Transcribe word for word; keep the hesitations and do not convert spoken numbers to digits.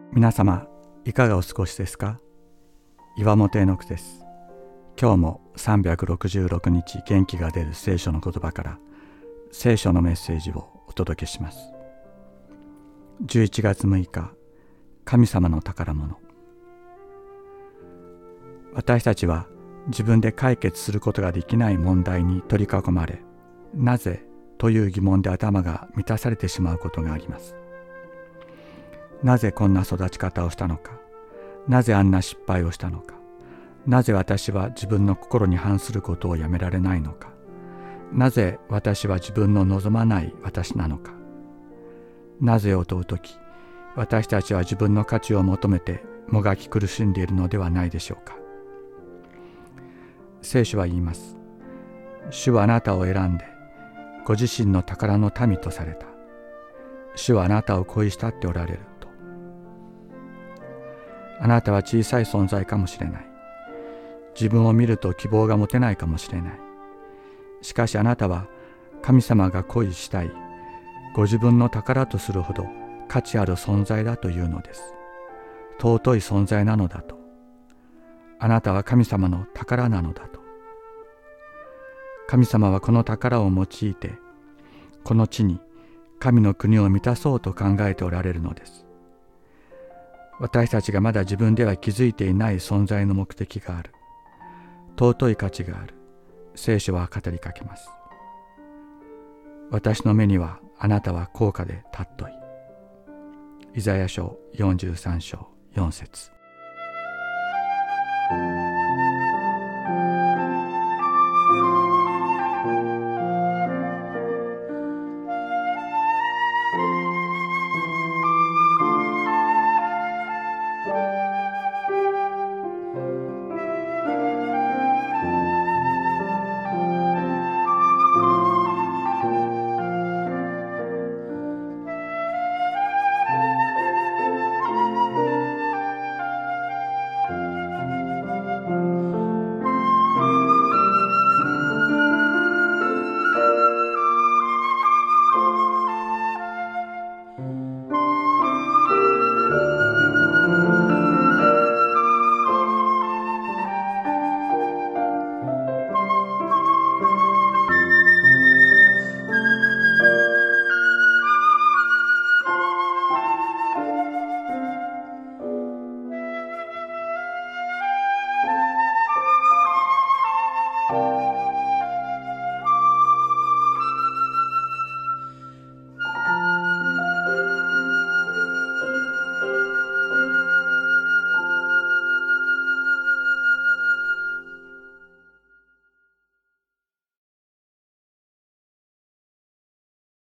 皆様いかがお過ごしですか。岩本絵の句です。今日もさんびゃくろくじゅうろくにち元気が出る聖書の言葉から聖書のメッセージをお届けします。じゅういちがつむいか、神様の宝物。私たちは自分で解決することができない問題に取り囲まれ、なぜという疑問で頭が満たされてしまうことがあります。なぜこんな育ち方をしたのか、なぜあんな失敗をしたのか、なぜ私は自分の心に反することをやめられないのか、なぜ私は自分の望まない私なのか。なぜを問うとき、私たちは自分の価値を求めてもがき苦しんでいるのではないでしょうか。聖書は言います。主はあなたを選んで、ご自身の宝の民とされた。主はあなたを恋したっておられると。あなたは小さい存在かもしれない。自分を見ると希望が持てないかもしれない。しかしあなたは神様が恋したい、ご自分の宝とするほど価値ある存在だというのです。尊い存在なのだと。あなたは神様の宝なのだと。神様はこの宝を用いて、この地に神の国を満たそうと考えておられるのです。私たちがまだ自分では気づいていない存在の目的がある。尊い価値がある。聖書は語りかけます。私の目にはあなたは高価で尊い。イザヤ書よんじゅうさんしょうよんせつ。